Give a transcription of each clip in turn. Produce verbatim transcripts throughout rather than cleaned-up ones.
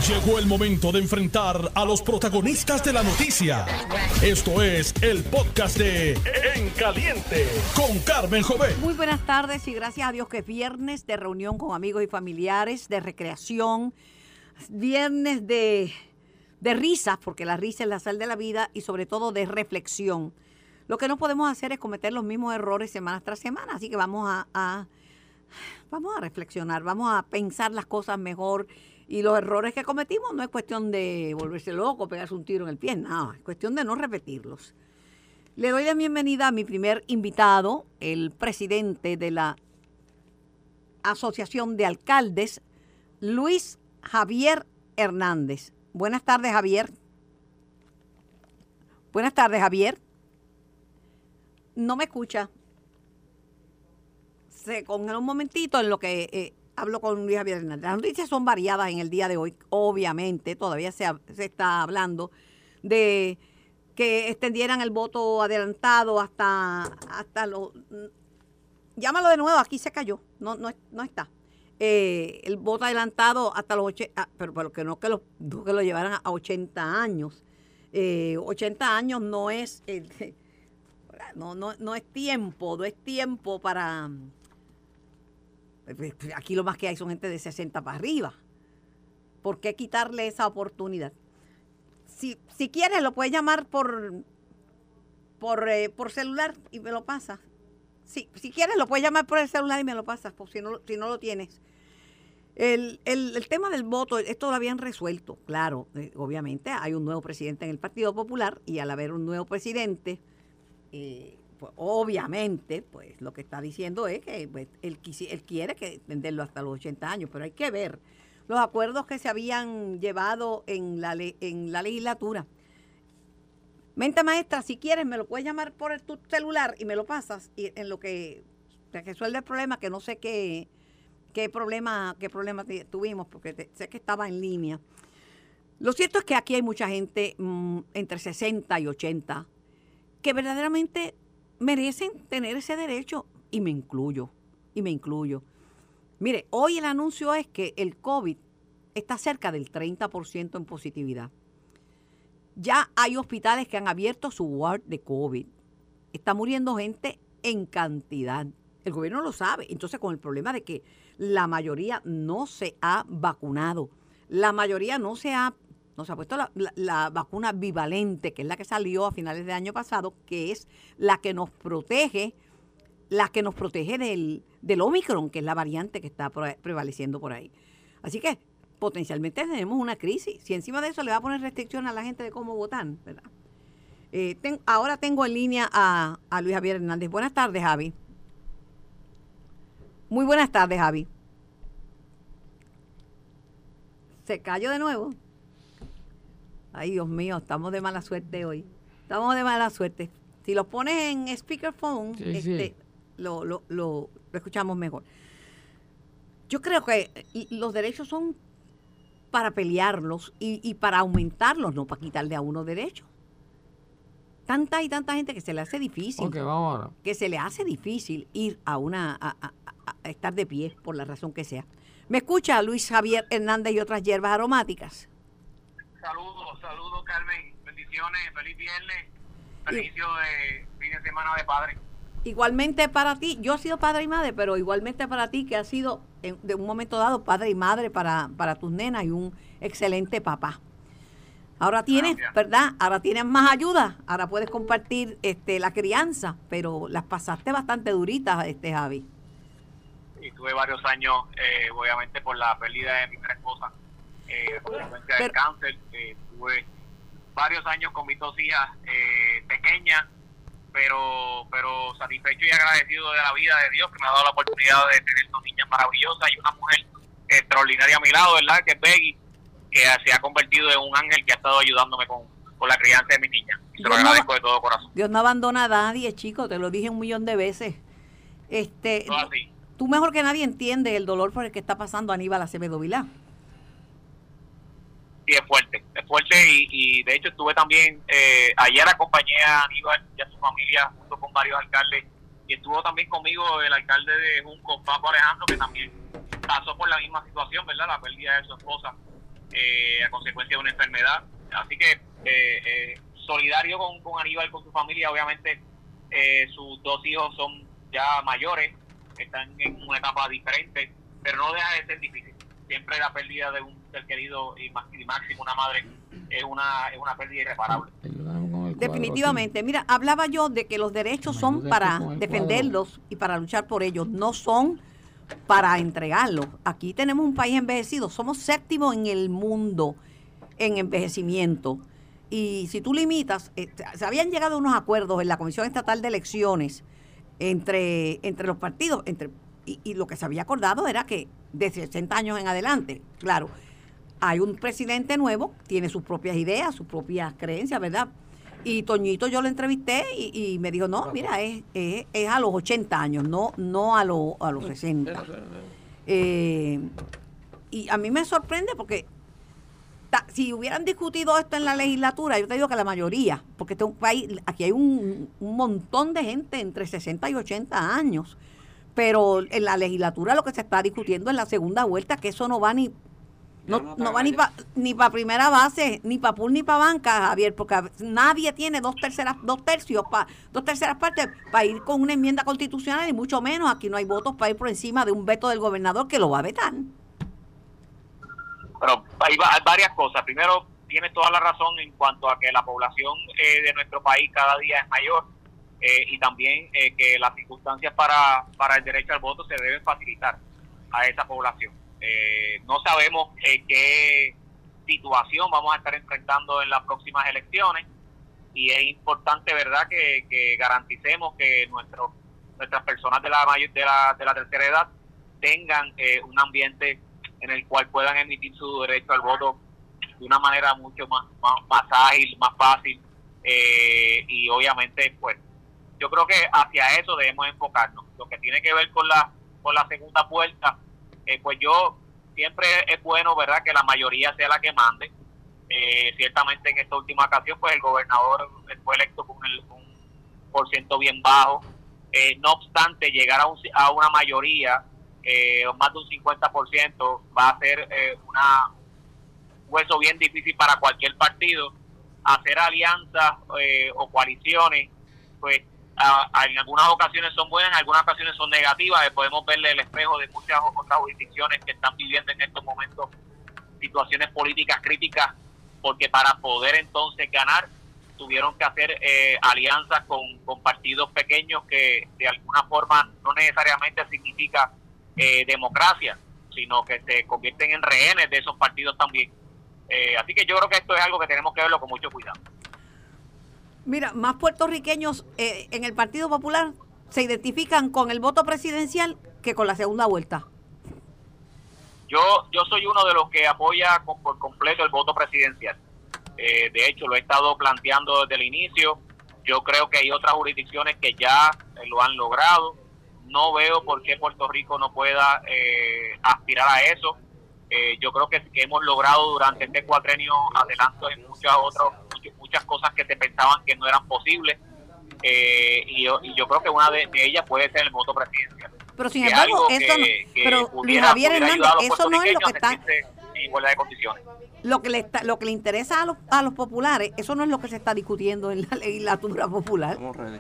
Llegó el momento de enfrentar a los protagonistas de la noticia. Esto es el podcast de En Caliente con Carmen Jovet. Muy buenas tardes y gracias a Dios que es viernes de reunión con amigos y familiares, de recreación, viernes de, de risas, porque la risa es la sal de la vida, y sobre todo de reflexión. Lo que no podemos hacer es cometer los mismos errores semana tras semana, así que vamos a, a, vamos a reflexionar, vamos a pensar las cosas mejor. Y los errores que cometimos no es cuestión de volverse loco, pegarse un tiro en el pie, no, es cuestión de no repetirlos. Le doy la bienvenida a mi primer invitado, el presidente de la Asociación de Alcaldes, Luis Javier Hernández. Buenas tardes, Javier. Buenas tardes, Javier. No me escucha. Se congela un momentito en lo que... Eh, hablo con Luis Javier Hernández. Las noticias son variadas en el día de hoy, obviamente, todavía se, se está hablando de que extendieran el voto adelantado hasta, hasta los... Llámalo de nuevo, aquí se cayó, no, no, no está. Eh, el voto adelantado hasta los ochenta, pero, pero que no que lo, que lo llevaran a ochenta años. Eh, ochenta años no es, eh, no, no, no es tiempo, no es tiempo para... Aquí lo más que hay son gente de sesenta para arriba. ¿Por qué quitarle esa oportunidad? Si, si quieres, lo puedes llamar por, por, eh, por celular y me lo pasas. Si, si quieres, lo puedes llamar por el celular y me lo pasas, por si no, si no lo tienes. El, el, el tema del voto, esto lo habían resuelto, claro. Eh, obviamente hay un nuevo presidente en el Partido Popular y al haber un nuevo presidente... Eh, Pues obviamente, pues lo que está diciendo es que pues, él, él quiere que extenderlo hasta los ochenta años, pero hay que ver los acuerdos que se habían llevado en la, en la legislatura. Mente maestra, si quieres me lo puedes llamar por el, tu celular y me lo pasas y en lo que se resuelve el problema, que no sé qué, qué problema, qué problema tuvimos, porque te, sé que estaba en línea. Lo cierto es que aquí hay mucha gente mmm, entre sesenta y ochenta que verdaderamente merecen tener ese derecho, y me incluyo, y me incluyo. Mire, hoy el anuncio es que el COVID está cerca del treinta por ciento en positividad. Ya hay hospitales que han abierto su ward de COVID. Está muriendo gente en cantidad. El gobierno lo sabe. Entonces, con el problema de que la mayoría no se ha vacunado, la mayoría no se ha No se ha puesto la, la, la vacuna bivalente, que es la que salió a finales del año pasado, que es la que nos protege, la que nos protege del, del Omicron, que es la variante que está prevaleciendo por ahí. Así que potencialmente tenemos una crisis. Si encima de eso le va a poner restricciones a la gente de cómo votar, ¿verdad? Eh, ten, ahora tengo en línea a, a Luis Javier Hernández. Buenas tardes, Javi. Muy buenas tardes, Javi. ¿Se cayó de nuevo? Ay, Dios mío, estamos de mala suerte hoy. Estamos de mala suerte. Si los pones en speakerphone, sí, este, sí. Lo, lo, lo, lo escuchamos mejor. Yo creo que los derechos son para pelearlos y, y para aumentarlos, no para quitarle a uno derechos. Tanta y tanta gente que se le hace difícil. Okay, vamos ahora. Que se le hace difícil ir a una a, a, a estar de pie, por la razón que sea. ¿Me escucha Luis Javier Hernández y otras hierbas aromáticas? Saludos, saludos Carmen, bendiciones, feliz viernes, feliz de fin de semana de padre. Igualmente para ti, yo he sido padre y madre, pero igualmente para ti que has sido en, de un momento dado padre y madre para, para tus nenas y un excelente papá. Ahora tienes, Gracias. ¿verdad? Ahora tienes más ayuda, ahora puedes compartir este la crianza, pero las pasaste bastante duritas, este Javi. Y tuve varios años, eh, obviamente por la pérdida de mi esposa. Eh, consecuencia del cáncer, eh, tuve varios años con mis dos hijas eh, pequeñas, pero pero satisfecho y agradecido de la vida de Dios que me ha dado la oportunidad de tener dos niñas maravillosas y una mujer extraordinaria a mi lado, ¿verdad? Que es Peggy, que se ha convertido en un ángel que ha estado ayudándome con, con la crianza de mis niñas. Y se lo agradezco no, de todo corazón. Dios no abandona a nadie, chico, te lo dije un millón de veces. Este, todo así. Tú mejor que nadie entiendes el dolor por el que está pasando Aníbal Acevedo Vilá. Sí, es fuerte, es fuerte y, y de hecho estuve también, eh, ayer acompañé a Aníbal y a su familia junto con varios alcaldes y estuvo también conmigo el alcalde de Junco, Paco Alejandro, que también pasó por la misma situación, ¿verdad? La pérdida de su esposa eh, a consecuencia de una enfermedad. Así que eh, eh, solidario con, con Aníbal, con su familia. Obviamente eh, sus dos hijos son ya mayores, están en una etapa diferente, pero no deja de ser difícil. Siempre la pérdida de un ser querido y, más, y máximo una madre es una, es una pérdida irreparable. Definitivamente. Mira, hablaba yo de que los derechos son para defenderlos y para luchar por ellos, no son para entregarlos. Aquí tenemos un país envejecido, somos séptimo en el mundo en envejecimiento. Y si tú limitas, eh, se habían llegado a unos acuerdos en la Comisión Estatal de Elecciones entre, entre los partidos, entre y, y lo que se había acordado era que de sesenta años en adelante, claro, hay un presidente nuevo, tiene sus propias ideas, sus propias creencias, ¿verdad? Y Toñito yo lo entrevisté y, y me dijo, no, mira, es, es, es a los ochenta años, no no a, lo, a los sesenta. Eh, y a mí me sorprende porque ta, si hubieran discutido esto en la legislatura, yo te digo que la mayoría, porque este es un país, aquí hay un, un montón de gente entre sesenta y ochenta años, pero en la legislatura lo que se está discutiendo en la segunda vuelta, que eso no va ni no, no va ni para ni para primera base, ni para pool ni para banca, Javier, porque nadie tiene dos terceras dos tercios pa, dos terceras partes para ir con una enmienda constitucional, y mucho menos aquí no hay votos para ir por encima de un veto del gobernador que lo va a vetar. Pero hay, hay varias cosas. Primero, tienes toda la razón en cuanto a que la población eh, de nuestro país cada día es mayor, eh, y también eh, que las circunstancias para, para el derecho al voto se deben facilitar a esa población. Eh, no sabemos eh, qué situación vamos a estar enfrentando en las próximas elecciones, y es importante, verdad, que, que garanticemos que nuestros nuestras personas de la mayor, de la de la tercera edad tengan eh, un ambiente en el cual puedan emitir su derecho al voto de una manera mucho más más, más ágil, más fácil, eh, y obviamente pues yo creo que hacia eso debemos enfocarnos. Lo que tiene que ver con la con la segunda vuelta, eh, pues yo siempre es bueno, verdad, que la mayoría sea la que mande. Eh, ciertamente en esta última ocasión pues el gobernador fue electo con el, un por ciento bien bajo. Eh, no obstante, llegar a, un, a una mayoría eh, más de un cincuenta por ciento va a ser eh, una hueso bien difícil para cualquier partido. Hacer alianzas eh, o coaliciones pues a, a, en algunas ocasiones son buenas, en algunas ocasiones son negativas. Eh, podemos verle el espejo de muchas otras jurisdicciones que están viviendo en estos momentos situaciones políticas críticas, porque para poder entonces ganar tuvieron que hacer eh, alianzas con, con partidos pequeños que de alguna forma no necesariamente significa eh, democracia, sino que se convierten en rehenes de esos partidos también. Eh, así que yo creo que esto es algo que tenemos que verlo con mucho cuidado. Mira, más puertorriqueños eh, en el Partido Popular se identifican con el voto presidencial que con la segunda vuelta. Yo yo soy uno de los que apoya con, por completo el voto presidencial. Eh, de hecho, lo he estado planteando desde el inicio. Yo creo que hay otras jurisdicciones que ya eh, lo han logrado. No veo por qué Puerto Rico no pueda eh, aspirar a eso. Eh, yo creo que, que hemos logrado durante este cuatrenio adelantos en muchas otras muchas cosas que se pensaban que no eran posibles. Eh, y, yo, y yo creo que una de, de ellas puede ser el voto presidencial. Pero sin embargo, eso no, que, que pero pudiera, Javier Hernández, eso no es lo que está en igualdad de condiciones. Lo que le está, lo que le interesa a los a los populares, eso no es lo que se está discutiendo en la legislatura popular.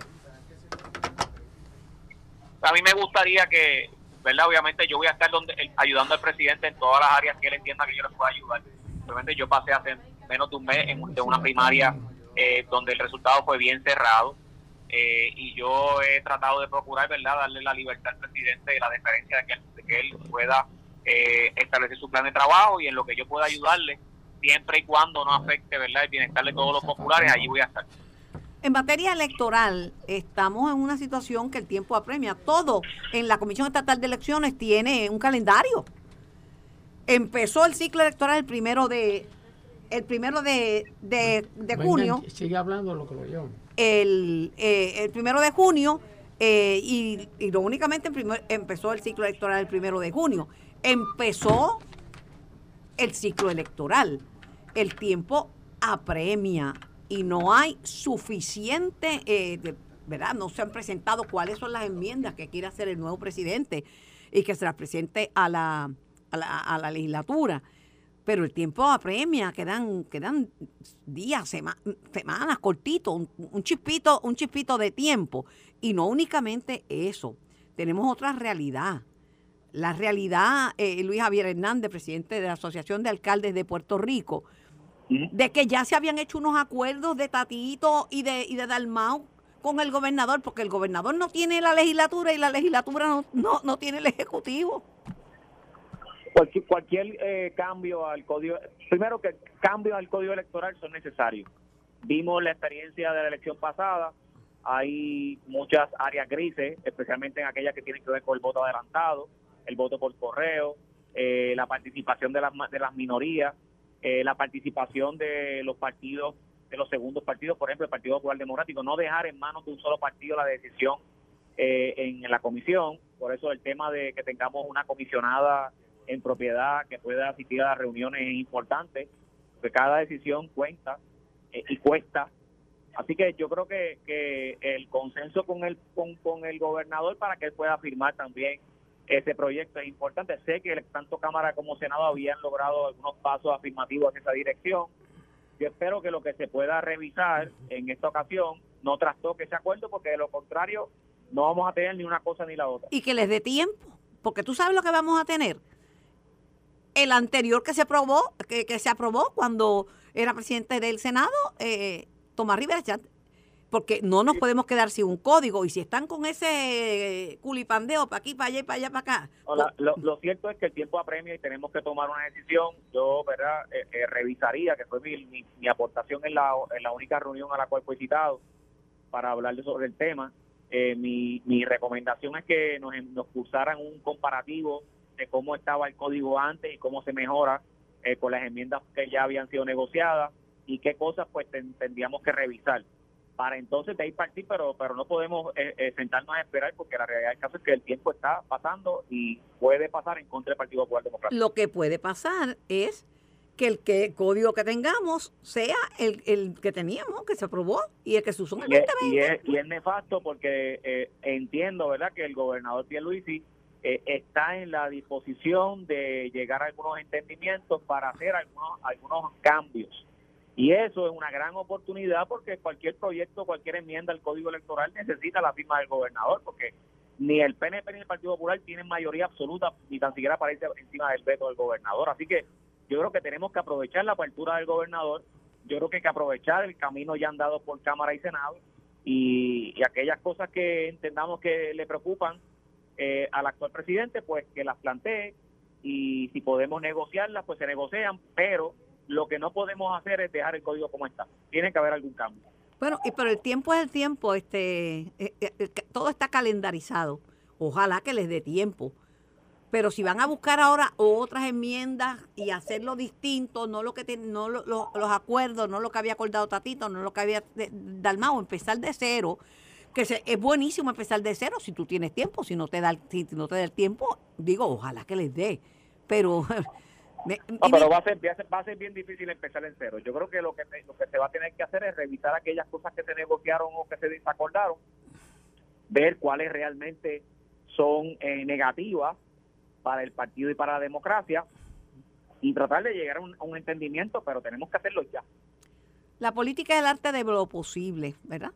A mí me gustaría que, ¿verdad? Obviamente yo voy a estar donde, el, ayudando al presidente en todas las áreas que él entienda que yo le pueda ayudar. Obviamente yo pasé hace menos de un mes en de una primaria eh, donde el resultado fue bien cerrado. Eh, y yo he tratado de procurar, ¿verdad?, darle la libertad al presidente y la deferencia de que él, de que él pueda eh, establecer su plan de trabajo, y en lo que yo pueda ayudarle, siempre y cuando no afecte, ¿verdad?, el bienestar de todos los populares, allí voy a estar. En materia electoral, estamos en una situación que el tiempo apremia. Todo en la Comisión Estatal de Elecciones tiene un calendario. Empezó el ciclo electoral el primero de el primero de, de, de junio. Vengan, sigue hablando lo que lo yo. El, eh, el primero de junio eh, y, y lo únicamente en primer, empezó el ciclo electoral el primero de junio. Empezó el ciclo electoral. El tiempo apremia y no hay suficiente, eh, de, ¿verdad? No se han presentado cuáles son las enmiendas que quiere hacer el nuevo presidente y que se las presente a la, a la, a la legislatura. pero el tiempo apremia, quedan, quedan días, sema, semanas, cortitos, un, un chispito, un chispito de tiempo. Y no únicamente eso, tenemos otra realidad. La realidad, eh, Luis Javier Hernández, presidente de la Asociación de Alcaldes de Puerto Rico, de que ya se habían hecho unos acuerdos de Tatito y de, y de Dalmau con el gobernador, porque el gobernador no tiene la legislatura y la legislatura no, no, no tiene el ejecutivo. Cualquier, cualquier eh, cambio al código, primero que cambios al código electoral son necesarios. Vimos la experiencia de la elección pasada, hay muchas áreas grises, especialmente en aquellas que tienen que ver con el voto adelantado, el voto por correo, eh, la participación de las, de las minorías, eh, la participación de los partidos, de los segundos partidos, por ejemplo el Partido Popular Democrático, no dejar en manos de un solo partido la decisión eh, en, en la comisión. Por eso el tema de que tengamos una comisionada en propiedad que pueda asistir a las reuniones es importante, porque cada decisión cuenta eh, y cuesta. Así que yo creo que, que el consenso con el con, con el gobernador para que él pueda firmar también ese proyecto es importante. Sé que tanto Cámara como Senado habían logrado algunos pasos afirmativos en esa dirección. Yo espero que lo que se pueda revisar en esta ocasión no trastoque ese acuerdo, porque de lo contrario no vamos a tener ni una cosa ni la otra. Y que les dé tiempo, porque tú sabes lo que vamos a tener. El anterior que se aprobó, que, que se aprobó cuando era presidente del Senado, eh, Tomás Rivera Chat, porque no nos podemos quedar sin un código, y si están con ese culipandeo para aquí, para allá y para allá, para acá. Hola, lo, lo cierto es que el tiempo apremia y tenemos que tomar una decisión. Yo, verdad, eh, eh, revisaría, que fue mi, mi, mi aportación en la, en la única reunión a la cual fui citado para hablar sobre el tema. Eh, mi, mi recomendación es que nos, nos cursaran un comparativo de cómo estaba el código antes y cómo se mejora eh, con las enmiendas que ya habían sido negociadas y qué cosas pues ten, tendríamos que revisar para entonces de ahí partir, pero pero no podemos eh, eh, sentarnos a esperar, porque la realidad del caso es que el tiempo está pasando y puede pasar en contra del Partido Popular Democrático. Lo que puede pasar es que el que código que tengamos sea el, el que teníamos, que se aprobó, y el que se usó en el y es, veinte veinte. y es, y es nefasto porque eh, entiendo, ¿verdad?, que el gobernador Pierluisi eh, está en la disposición de llegar a algunos entendimientos para hacer algunos algunos cambios. Y eso es una gran oportunidad, porque cualquier proyecto, cualquier enmienda al Código Electoral necesita la firma del gobernador, porque ni el P N P ni el Partido Popular tienen mayoría absoluta, ni tan siquiera aparece encima del veto del gobernador. Así que yo creo que tenemos que aprovechar la apertura del gobernador, yo creo que hay que aprovechar el camino ya andado por Cámara y Senado, y, y aquellas cosas que entendamos que le preocupan eh, al actual presidente, pues que las plantee, y si podemos negociarlas, pues se negocian, pero lo que no podemos hacer es dejar el código como está. Tiene que haber algún cambio. Bueno, y pero el tiempo es el tiempo, este, eh, eh, todo está calendarizado. Ojalá que les dé tiempo. Pero si van a buscar ahora otras enmiendas y hacerlo distinto, no lo que ten, no lo, lo, los acuerdos, no lo que había acordado Tatito, no lo que había de, Dalmau, empezar de cero, que se, es buenísimo empezar de cero si tú tienes tiempo. Si no te da, si no te da el tiempo, digo, ojalá que les dé. Pero Me, no, pero va a, ser, va a ser bien difícil empezar en cero. Yo creo que lo que lo que se va a tener que hacer es revisar aquellas cosas que se negociaron o que se desacordaron, ver cuáles realmente son eh, negativas para el partido y para la democracia, y tratar de llegar a un, a un entendimiento, pero tenemos que hacerlo ya. La política es el arte de lo posible, ¿verdad?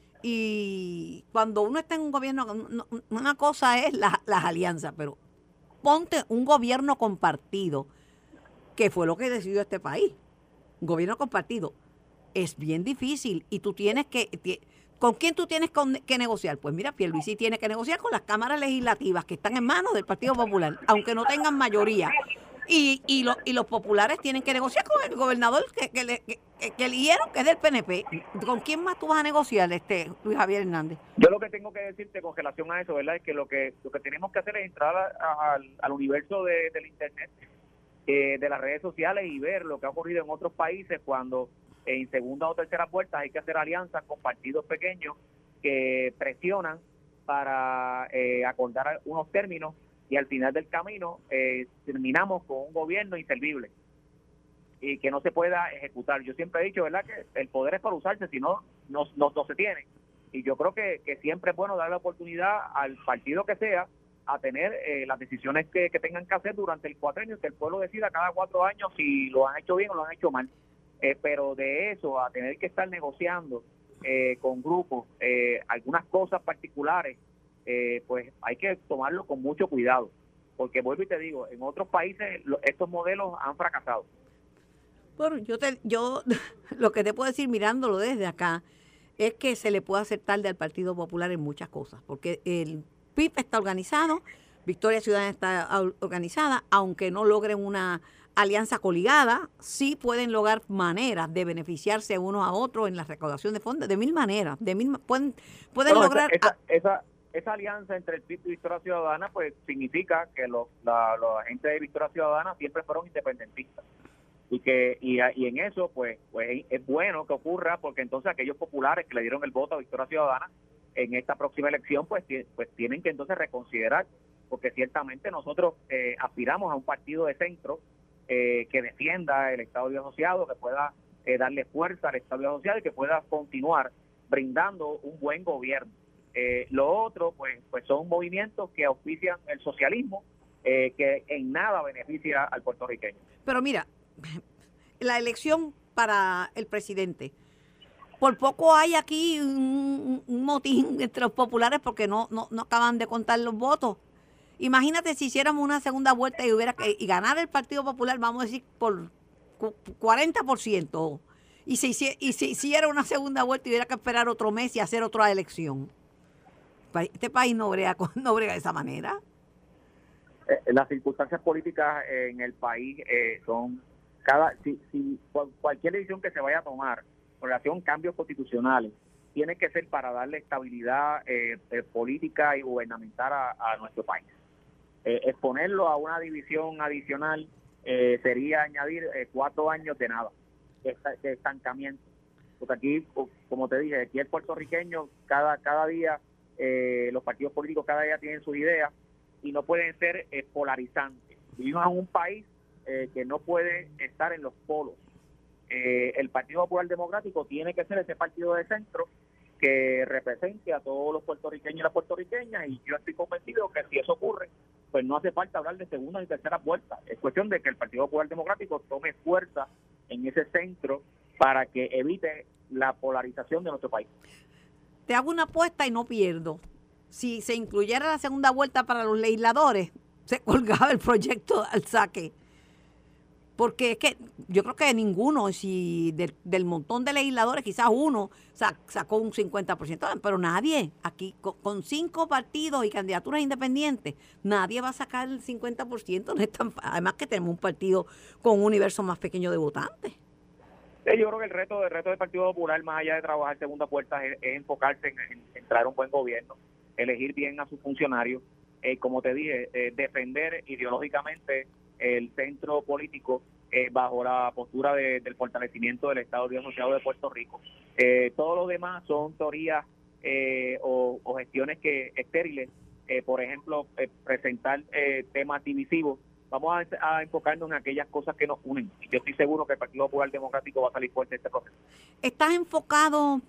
Y cuando uno está en un gobierno, una cosa es la, las alianzas, pero ponte un gobierno compartido, que fue lo que decidió este país. Un gobierno compartido es bien difícil, y tú tienes que... ¿Con quién tú tienes que negociar? Pues mira, Pierluisi tiene que negociar con las cámaras legislativas que están en manos del Partido Popular, aunque no tengan mayoría. Y, y, lo, y los populares tienen que negociar con el gobernador que, que, le, que, que eligieron, que es del P N P. ¿Con quién más tú vas a negociar, este Luis Javier Hernández? Yo lo que tengo que decirte con relación a eso, ¿verdad?, es que lo que lo que tenemos que hacer es entrar a, a, al, al universo de, del Internet, eh, de las redes sociales, y ver lo que ha ocurrido en otros países cuando en segunda o tercera vuelta hay que hacer alianzas con partidos pequeños que presionan para eh, acordar unos términos, y al final del camino eh, terminamos con un gobierno inservible y que no se pueda ejecutar. Yo siempre he dicho, ¿verdad?, que el poder es para usarse, si no, no, no, no se tiene. Y yo creo que, que siempre es bueno dar la oportunidad al partido que sea a tener eh, las decisiones que, que tengan que hacer durante el cuatrenio, que el pueblo decida cada cuatro años si lo han hecho bien o lo han hecho mal. Eh, pero de eso a tener que estar negociando eh, con grupos eh, algunas cosas particulares, eh, pues hay que tomarlo con mucho cuidado, porque vuelvo y te digo, en otros países lo, estos modelos han fracasado. Bueno, yo te, yo lo que te puedo decir mirándolo desde acá es que se le puede hacer tarde al Partido Popular en muchas cosas, porque el P I B está organizado, Victoria Ciudadana está organizada, aunque no logren una alianza coligada, sí pueden lograr maneras de beneficiarse unos a otros en la recaudación de fondos, de mil maneras, de mil pueden pueden bueno, lograr esa, esa, esa, esa alianza entre el P I B y Victoria Ciudadana pues significa que los la, la gente de Victoria Ciudadana siempre fueron independentistas y que y, y en eso pues pues es bueno que ocurra, porque entonces aquellos populares que le dieron el voto a Victoria Ciudadana en esta próxima elección pues pues tienen que entonces reconsiderar, porque ciertamente nosotros eh, aspiramos a un partido de centro Eh, que defienda el Estado Libre Asociado, que pueda eh, darle fuerza al Estado Libre Asociado y que pueda continuar brindando un buen gobierno. Eh, lo otro, pues, pues son movimientos que auspician el socialismo, eh, que en nada beneficia al puertorriqueño. Pero mira, la elección para el presidente, por poco hay aquí un, un motín entre los populares porque no, no, no acaban de contar los votos. Imagínate si hiciéramos una segunda vuelta y hubiera que y ganar el Partido Popular, vamos a decir, por cuarenta por ciento, y se, y se hiciera una segunda vuelta y hubiera que esperar otro mes y hacer otra elección. Este país no brega, no brega de esa manera. Eh, las circunstancias políticas en el país eh, son, cada si, si cualquier decisión que se vaya a tomar con relación a cambios constitucionales, tiene que ser para darle estabilidad eh, eh, política y gubernamental a, a nuestro país. Eh, exponerlo a una división adicional eh, sería añadir eh, cuatro años de nada, de, de estancamiento. Porque aquí, como te dije, aquí el puertorriqueño, cada cada día, eh, los partidos políticos cada día tienen sus ideas y no pueden ser eh, polarizantes. Vivimos en un país eh, que no puede estar en los polos. Eh, el Partido Popular Democrático tiene que ser ese partido de centro que represente a todos los puertorriqueños y las puertorriqueñas, y yo estoy convencido que si eso ocurre, pues no hace falta hablar de segunda ni tercera vuelta. Es cuestión de que el Partido Popular Democrático tome fuerza en ese centro para que evite la polarización de nuestro país. Te hago una apuesta y no pierdo. Si se incluyera la segunda vuelta para los legisladores, se colgaba el proyecto al saque. Porque es que yo creo que ninguno, si del, del montón de legisladores, quizás uno sacó un cincuenta por ciento, pero nadie, aquí con, con cinco partidos y candidaturas independientes, nadie va a sacar el cincuenta por ciento. No es tan, además que tenemos un partido con un universo más pequeño de votantes. Sí, yo creo que el reto, el reto del Partido Popular, más allá de trabajar segunda puerta, es, es enfocarse en, en, en traer un buen gobierno, elegir bien a sus funcionarios, eh, como te dije, eh, defender ideológicamente el centro político eh, bajo la postura de, del fortalecimiento del Estado Libre Asociado de Puerto Rico. Eh, todo lo demás son teorías eh, o, o gestiones que estériles, eh, por ejemplo, eh, presentar eh, temas divisivos. Vamos a, a enfocarnos en aquellas cosas que nos unen. Yo estoy seguro que el Partido Popular Democrático va a salir fuerte de este proceso. ¿Estás enfocado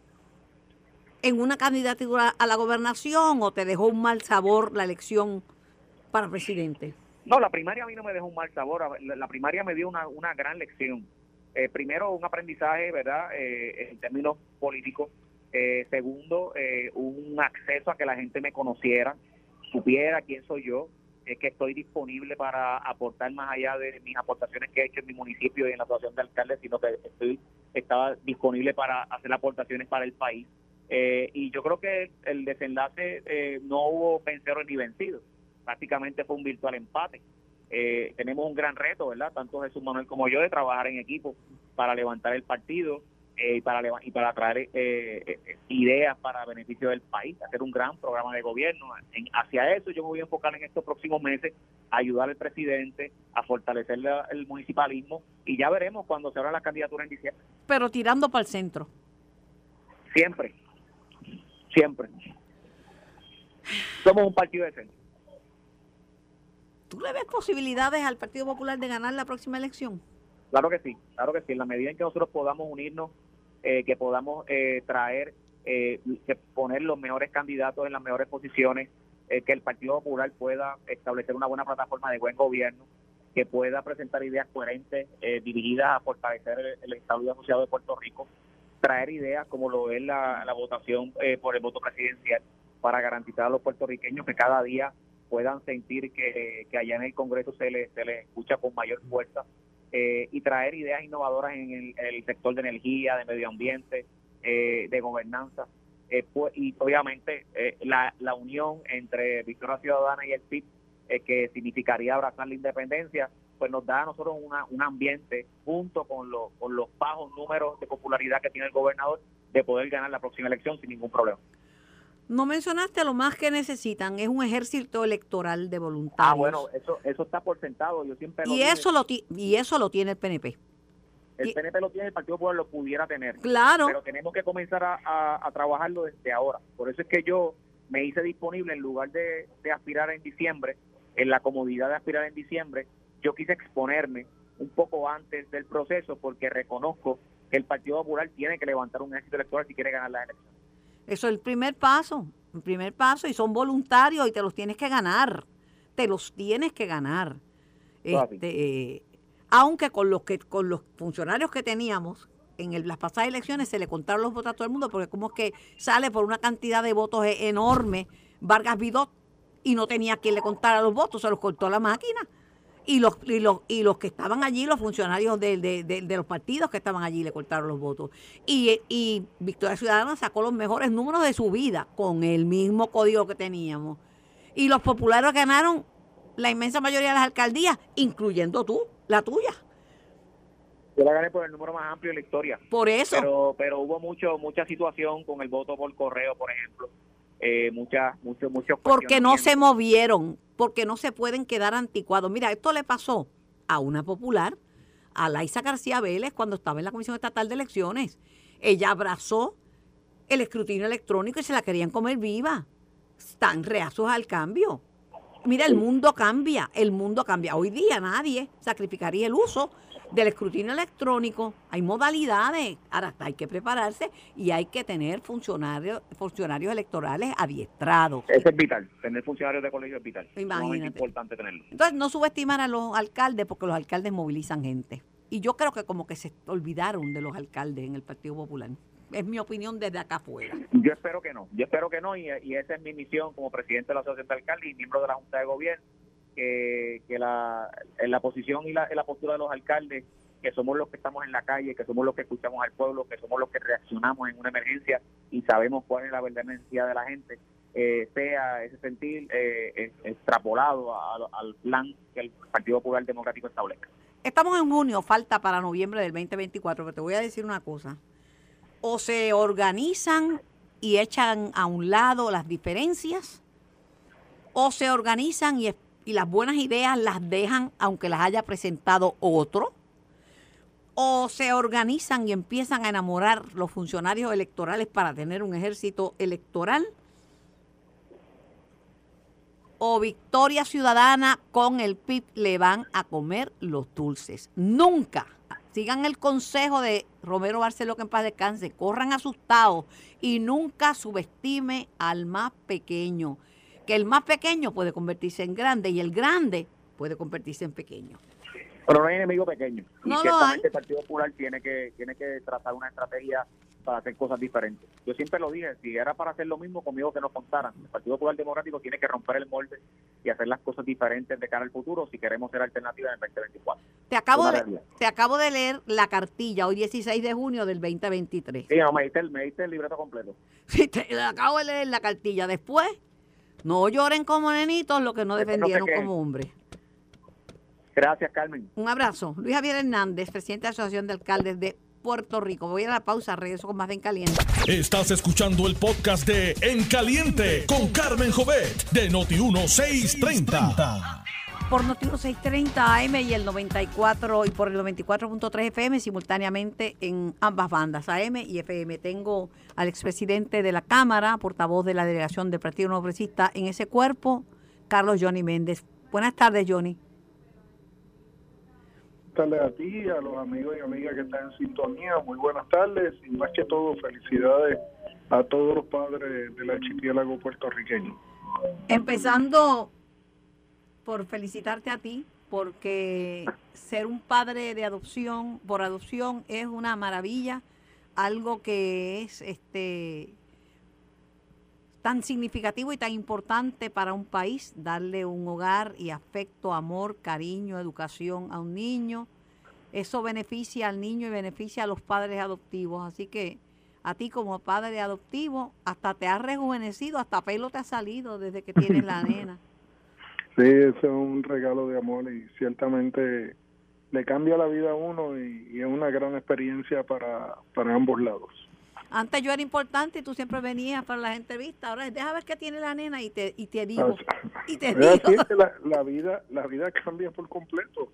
en una candidatura a la gobernación o te dejó un mal sabor la elección para presidente? No, la primaria a mí no me dejó un mal sabor. La, la primaria me dio una, una gran lección. Eh, primero, un aprendizaje, ¿verdad?, eh, en términos políticos. Eh, segundo, eh, un acceso a que la gente me conociera, supiera quién soy yo, eh, que estoy disponible para aportar más allá de mis aportaciones que he hecho en mi municipio y en la asociación de alcaldes, sino que estoy estaba disponible para hacer aportaciones para el país. Eh, y yo creo que el desenlace eh, no hubo vencedores ni vencidos. Prácticamente fue un virtual empate. Eh, tenemos un gran reto, ¿verdad?, tanto Jesús Manuel como yo, de trabajar en equipo para levantar el partido eh, y para y para traer eh, eh, ideas para beneficio del país, hacer un gran programa de gobierno. En, hacia eso yo me voy a enfocar en estos próximos meses, a ayudar al presidente, a fortalecer la, el municipalismo, y ya veremos cuando se abra la candidatura en diciembre. Pero tirando para el centro. Siempre, siempre. Somos un partido de centro. ¿Tú le ves posibilidades al Partido Popular de ganar la próxima elección? Claro que sí, claro que sí. En la medida en que nosotros podamos unirnos, eh, que podamos eh, traer, eh, que poner los mejores candidatos en las mejores posiciones, eh, que el Partido Popular pueda establecer una buena plataforma de buen gobierno, que pueda presentar ideas coherentes eh, dirigidas a fortalecer el, el Estado asociado de Puerto Rico, traer ideas como lo es la, la votación eh, por el voto presidencial para garantizar a los puertorriqueños que cada día puedan sentir que, que allá en el Congreso se les se les escucha con mayor fuerza, eh, y traer ideas innovadoras en el, en el sector de energía, de medio ambiente, eh, de gobernanza, eh, pues, y obviamente eh, la, la unión entre Victoria Ciudadana y el P I B, eh, que significaría abrazar la independencia, pues nos da a nosotros una, un ambiente, junto con, lo, con los bajos números de popularidad que tiene el gobernador, de poder ganar la próxima elección sin ningún problema. No mencionaste lo más que necesitan, es un ejército electoral de voluntarios. Ah, bueno, eso eso está por sentado, yo siempre lo y dije. eso lo y eso lo tiene el P N P. El y, P N P lo tiene, el Partido Popular lo pudiera tener. Claro. Pero tenemos que comenzar a, a, a trabajarlo desde ahora. Por eso es que yo me hice disponible, en lugar de, de aspirar en diciembre, en la comodidad de aspirar en diciembre, yo quise exponerme un poco antes del proceso, porque reconozco que el Partido Popular tiene que levantar un ejército electoral si quiere ganar las elecciones. Eso es el primer paso, el primer paso, y son voluntarios y te los tienes que ganar, te los tienes que ganar. Este, eh, aunque con los que con los funcionarios que teníamos en el, las pasadas elecciones se le contaron los votos a todo el mundo, porque como es que sale por una cantidad de votos enorme Vargas Vidot y no tenía quien le contara los votos, se los cortó la máquina. Y los, y los y los que estaban allí, los funcionarios de, de, de, de los partidos que estaban allí, le cortaron los votos. Y, y Victoria Ciudadana sacó los mejores números de su vida con el mismo código que teníamos. Y los populares ganaron la inmensa mayoría de las alcaldías, incluyendo tú, la tuya. Yo la gané por el número más amplio de la historia. Por eso. Pero, pero hubo mucho mucha situación con el voto por correo, por ejemplo. Eh, muchas, muchos, muchos. Porque no se movieron, porque no se pueden quedar anticuados. Mira, esto le pasó a una popular, a Laisa García Vélez, cuando estaba en la Comisión Estatal de Elecciones. Ella abrazó el escrutinio electrónico y se la querían comer viva. Están reacios al cambio. Mira, el mundo cambia, el mundo cambia. Hoy día nadie sacrificaría el uso del escrutinio electrónico. Hay modalidades, ahora hay que prepararse y hay que tener funcionarios funcionarios electorales adiestrados. Eso es vital, tener funcionarios de colegio es vital. Imagínate. Es importante tenerlo. Entonces, no subestimar a los alcaldes, porque los alcaldes movilizan gente. Y yo creo que como que se olvidaron de los alcaldes en el Partido Popular. Es mi opinión desde acá afuera. Yo espero que no, yo espero que no, y, y esa es mi misión como presidente de la Asociación de Alcaldes y miembro de la Junta de Gobierno, que, que la, en la posición y la, en la postura de los alcaldes, que somos los que estamos en la calle, que somos los que escuchamos al pueblo, que somos los que reaccionamos en una emergencia y sabemos cuál es la verdadera necesidad de la gente, eh, sea ese sentir eh, extrapolado a, a, al plan que el Partido Popular Democrático establezca. Estamos en junio, falta para noviembre del veinte veinticuatro, pero te voy a decir una cosa. O se organizan y echan a un lado las diferencias, o se organizan y, y las buenas ideas las dejan aunque las haya presentado otro, o se organizan y empiezan a enamorar los funcionarios electorales para tener un ejército electoral, o Victoria Ciudadana con el P I B le van a comer los dulces. Nunca. Sigan el consejo de Romero Barceló, que en paz descanse, corran asustados y nunca subestime al más pequeño, que el más pequeño puede convertirse en grande y el grande puede convertirse en pequeño. Pero no hay enemigo pequeño. No y ciertamente el Partido Popular tiene que, tiene que trazar una estrategia para hacer cosas diferentes. Yo siempre lo dije, si era para hacer lo mismo, conmigo que nos contaran. El Partido Popular Democrático tiene que romper el molde y hacer las cosas diferentes de cara al futuro si queremos ser alternativas en el veinte veinticuatro. Te acabo, de, te acabo de leer la cartilla, hoy dieciséis de junio del veinte veintitrés. Sí, no, me diste el, me diste el libreto completo. Sí, te acabo de leer la cartilla. Después, no lloren como nenitos los que no Después defendieron no como hombres. Gracias, Carmen. Un abrazo. Luis Javier Hernández, presidente de la Asociación de Alcaldes de Puerto Rico. Voy a la pausa, regreso con más de En Caliente. Estás escuchando el podcast de En Caliente con Carmen Jovet de Noti uno seiscientos treinta. Por Noti uno seiscientos treinta A M y el noventa y cuatro y por el noventa y cuatro punto tres F M simultáneamente en ambas bandas, A M y F M. Tengo al expresidente de la Cámara, portavoz de la delegación del Partido Nuevo Progresista en ese cuerpo, Carlos Johnny Méndez. Buenas tardes, Johnny. Buenas tardes a ti, a los amigos y amigas que están en sintonía, muy buenas tardes y más que todo felicidades a todos los padres del archipiélago puertorriqueño. Empezando por felicitarte a ti, porque ser un padre de adopción, por adopción, es una maravilla, algo que es este tan significativo y tan importante para un país, darle un hogar y afecto, amor, cariño, educación a un niño. Eso beneficia al niño y beneficia a los padres adoptivos. Así que a ti como padre adoptivo, hasta te has rejuvenecido, hasta pelo te ha salido desde que tienes la nena. Sí, eso es un regalo de amor y ciertamente le cambia la vida a uno y, y es una gran experiencia para, para ambos lados. Antes yo era importante y tú siempre venías para las entrevistas. Ahora deja ver qué tiene la nena y te y te digo. Y te digo. Así es que la, la vida la vida cambia por completo.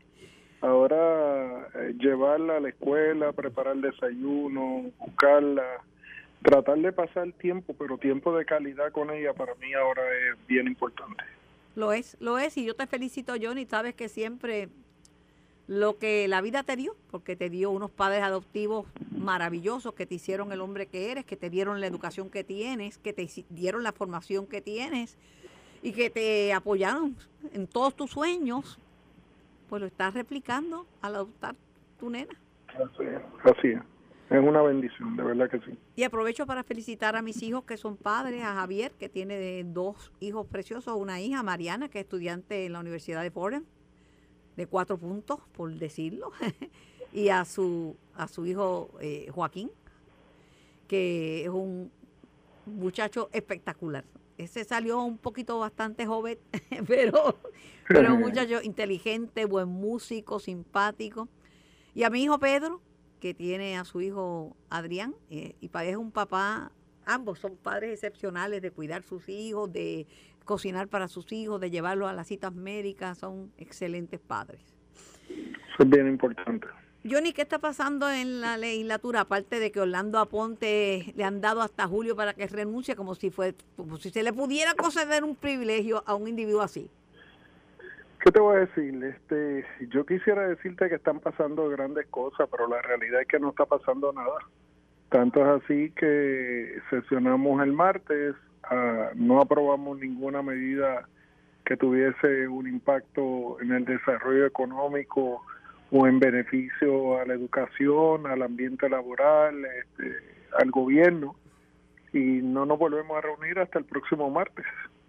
Ahora eh, llevarla a la escuela, preparar el desayuno, buscarla, tratar de pasar tiempo, pero tiempo de calidad con ella para mí ahora es bien importante. Lo es, lo es, y yo te felicito, Johnny. Sabes que siempre lo que la vida te dio, porque te dio unos padres adoptivos maravillosos que te hicieron el hombre que eres, que te dieron la educación que tienes, que te dieron la formación que tienes y que te apoyaron en todos tus sueños, pues lo estás replicando al adoptar tu nena. Así es, así es. Es una bendición, de verdad que sí. Y aprovecho para felicitar a mis hijos que son padres, a Javier, que tiene dos hijos preciosos, una hija, Mariana, que es estudiante en la Universidad de Fordham, de cuatro puntos, por decirlo, y a su a su hijo eh, Joaquín, que es un muchacho espectacular. Ese salió un poquito bastante joven, pero, pero un muchacho inteligente, buen músico, simpático. Y a mi hijo Pedro, que tiene a su hijo Adrián, eh, y es un papá, ambos son padres excepcionales de cuidar sus hijos, de cocinar para sus hijos, de llevarlos a las citas médicas, son excelentes padres. Eso es bien importante. Johnny, ¿qué está pasando en la legislatura? Aparte de que Orlando Aponte le han dado hasta julio para que renuncie, como si fue, como si se le pudiera conceder un privilegio a un individuo así. ¿Qué te voy a decir? Este, yo quisiera decirte que están pasando grandes cosas, pero la realidad es que no está pasando nada. Tanto es así que sesionamos el martes, uh, no aprobamos ninguna medida que tuviese un impacto en el desarrollo económico o en beneficio a la educación, al ambiente laboral, este, al gobierno, y no nos volvemos a reunir hasta el próximo martes.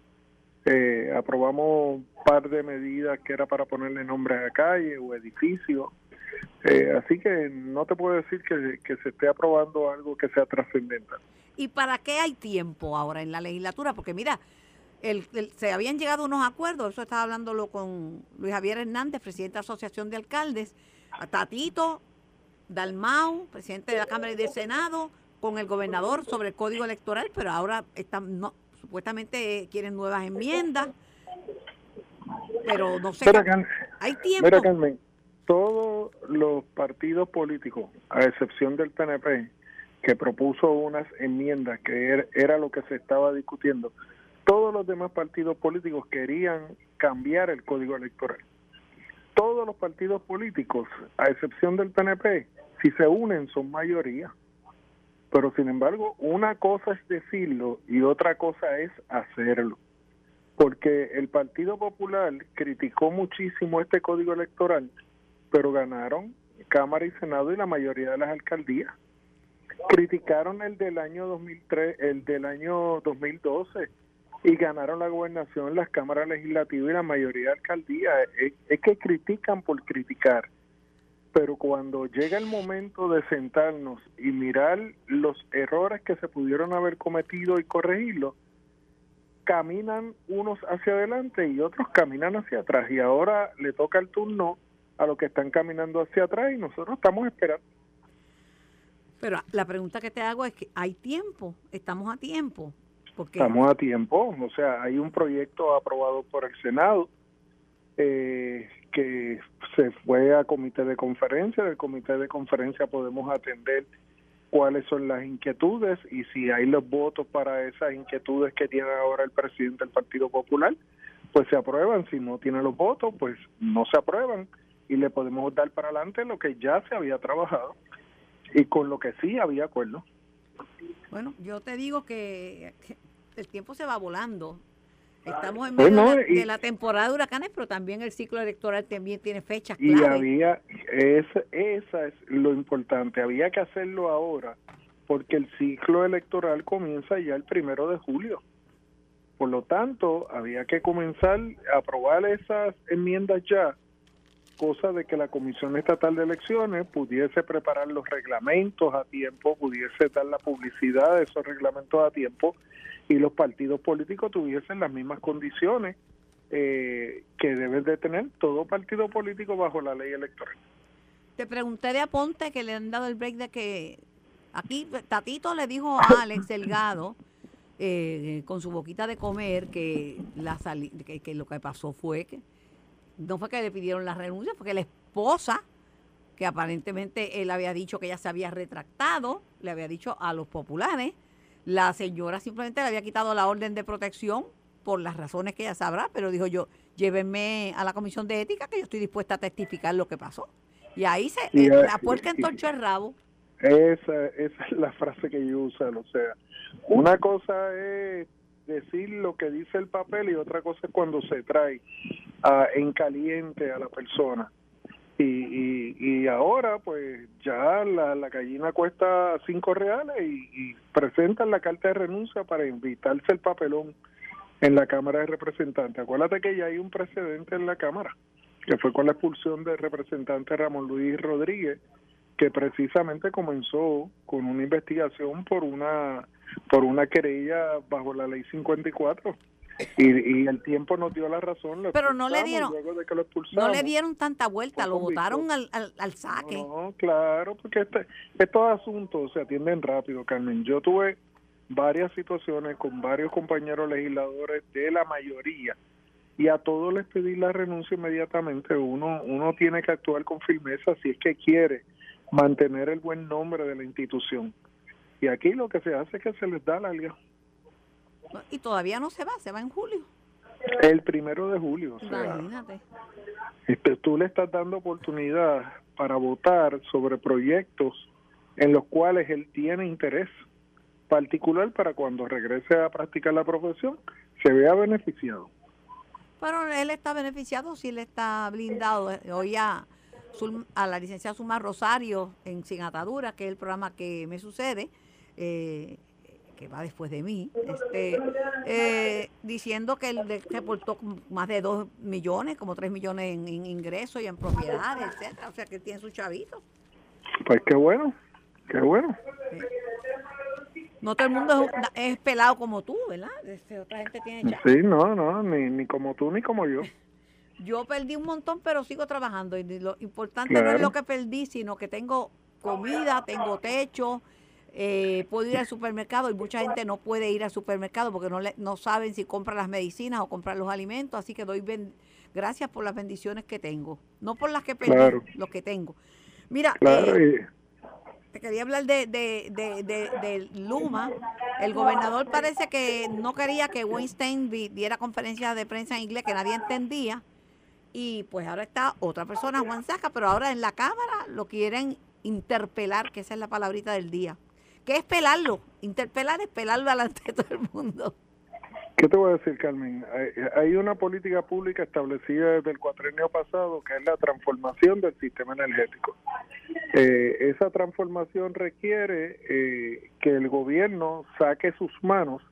Eh, aprobamos un par de medidas que era para ponerle nombres a calle o edificios, eh, así que no te puedo decir que, que se esté aprobando algo que sea trascendental. ¿Y para qué hay tiempo ahora en la legislatura? Porque mira, el, el, se habían llegado unos acuerdos, eso estaba hablándolo con Luis Javier Hernández, presidente de la Asociación de Alcaldes, a Tatito Dalmau, presidente de la Cámara y del Senado, con el gobernador sobre el código electoral, pero ahora están, no, supuestamente quieren nuevas enmiendas, pero no sé, mira, Carmen, hay tiempo. Mira, Carmen, todos los partidos políticos, a excepción del P N P, que propuso unas enmiendas que era, era lo que se estaba discutiendo, todos los demás partidos políticos querían cambiar el código electoral. Todos los partidos políticos, a excepción del P N P, si se unen son mayoría. Pero sin embargo, una cosa es decirlo y otra cosa es hacerlo. Porque el Partido Popular criticó muchísimo este código electoral, pero ganaron Cámara y Senado y la mayoría de las alcaldías. Criticaron el del año dos mil tres, el del año dos mil doce y ganaron la gobernación, las cámaras legislativas y la mayoría de alcaldías. Es, es que critican por criticar. Pero cuando llega el momento de sentarnos y mirar los errores que se pudieron haber cometido y corregirlos, caminan unos hacia adelante y otros caminan hacia atrás. Y ahora le toca el turno a los que están caminando hacia atrás y nosotros estamos esperando. Pero la pregunta que te hago es que ¿hay tiempo? ¿Estamos a tiempo? Porque estamos a tiempo. O sea, hay un proyecto aprobado por el Senado eh, que se fue a comité de conferencia. Del comité de conferencia podemos atender cuáles son las inquietudes y si hay los votos para esas inquietudes que tiene ahora el presidente del Partido Popular, pues se aprueban. Si no tiene los votos, pues no se aprueban y le podemos dar para adelante lo que ya se había trabajado y con lo que sí había acuerdo. Bueno, yo te digo que el tiempo se va volando. Estamos en medio Pues no, de, la, y, de la temporada de huracanes, pero también el ciclo electoral también tiene fechas y clave. había, esa, esa es lo importante, había que hacerlo ahora, porque el ciclo electoral comienza ya el primero de julio. Por lo tanto, había que comenzar a aprobar esas enmiendas ya, cosa de que la Comisión Estatal de Elecciones pudiese preparar los reglamentos a tiempo, pudiese dar la publicidad de esos reglamentos a tiempo, y los partidos políticos tuviesen las mismas condiciones eh, que deben de tener todo partido político bajo la ley electoral. Te pregunté de Aponte, que le han dado el break de que aquí Tatito le dijo a Alex Delgado, eh, con su boquita de comer, que, la sali que, que lo que pasó fue que no fue que le pidieron la renuncia, fue que la esposa, que aparentemente él había dicho que ella se había retractado, le había dicho a los populares, la señora simplemente le había quitado la orden de protección por las razones que ella sabrá, pero dijo yo, llévenme a la comisión de ética que yo estoy dispuesta a testificar lo que pasó. Y ahí se Y, eh, eh, la puerca y- entorchó el rabo. Esa, esa es la frase que yo uso, o sea, una cosa es decir lo que dice el papel y otra cosa es cuando se trae a, en caliente a la persona. Y, y, y ahora pues ya la, la gallina cuesta cinco reales y, y presentan la carta de renuncia para invitarse el papelón en la Cámara de Representantes. Acuérdate que ya hay un precedente en la Cámara, que fue con la expulsión del representante Ramón Luis Rodríguez, que precisamente comenzó con una investigación por una por una querella bajo la ley cincuenta y cuatro. Y, y el tiempo nos dio la razón. Lo Pero no le expulsamos dieron, luego de que lo no expulsamos. le dieron tanta vuelta, Fue lo convicto. botaron al, al, al saque. No, no, claro, porque este, estos asuntos se atienden rápido, Carmen. Yo tuve varias situaciones con varios compañeros legisladores de la mayoría y a todos les pedí la renuncia inmediatamente. Uno, uno tiene que actuar con firmeza si es que quiere mantener el buen nombre de la institución. Y aquí lo que se hace es que se les da la larga. Y todavía no se va, se va en julio. El primero de julio, o sea, Imagínate. este, tú le estás dando oportunidad para votar sobre proyectos en los cuales él tiene interés particular para cuando regrese a practicar la profesión se vea beneficiado. Pero él está beneficiado si él está blindado. Hoy a, a la licenciada Suma Rosario en Sin Atadura, que es el programa que me sucede, eh, que va después de mí, este, eh, diciendo que él reportó más de dos millones, como tres millones en, en ingresos y en propiedades, etcétera. O sea que él tiene sus chavitos. Pues qué bueno, qué bueno. No todo el mundo es, es pelado como tú, ¿verdad? Este, otra gente tiene chavos. Sí, no, no, ni, ni como tú ni como yo. Yo perdí un montón, pero sigo trabajando. Y lo importante Claro. no es lo que perdí, sino que tengo comida, tengo techo, eh, puedo ir al supermercado y mucha gente no puede ir al supermercado porque no le, no saben si comprar las medicinas o comprar los alimentos. Así que doy ben, gracias por las bendiciones que tengo. No por las que perdí, Claro. los que tengo. Mira, Claro, eh, y te quería hablar de, de, de, de, de Luma. El gobernador parece que no quería que Weinstein vi- diera conferencias de prensa en inglés que nadie entendía. Y pues ahora está otra persona, Juan Saca, pero ahora en la Cámara lo quieren interpelar, que esa es la palabrita del día. ¿Qué es pelarlo? Interpelar es pelarlo delante de todo el mundo. ¿qué te voy a decir, Carmen? Hay, hay una política pública establecida desde el cuatrenio pasado que es la transformación del sistema energético. Eh, esa transformación requiere eh, que el gobierno saque sus manos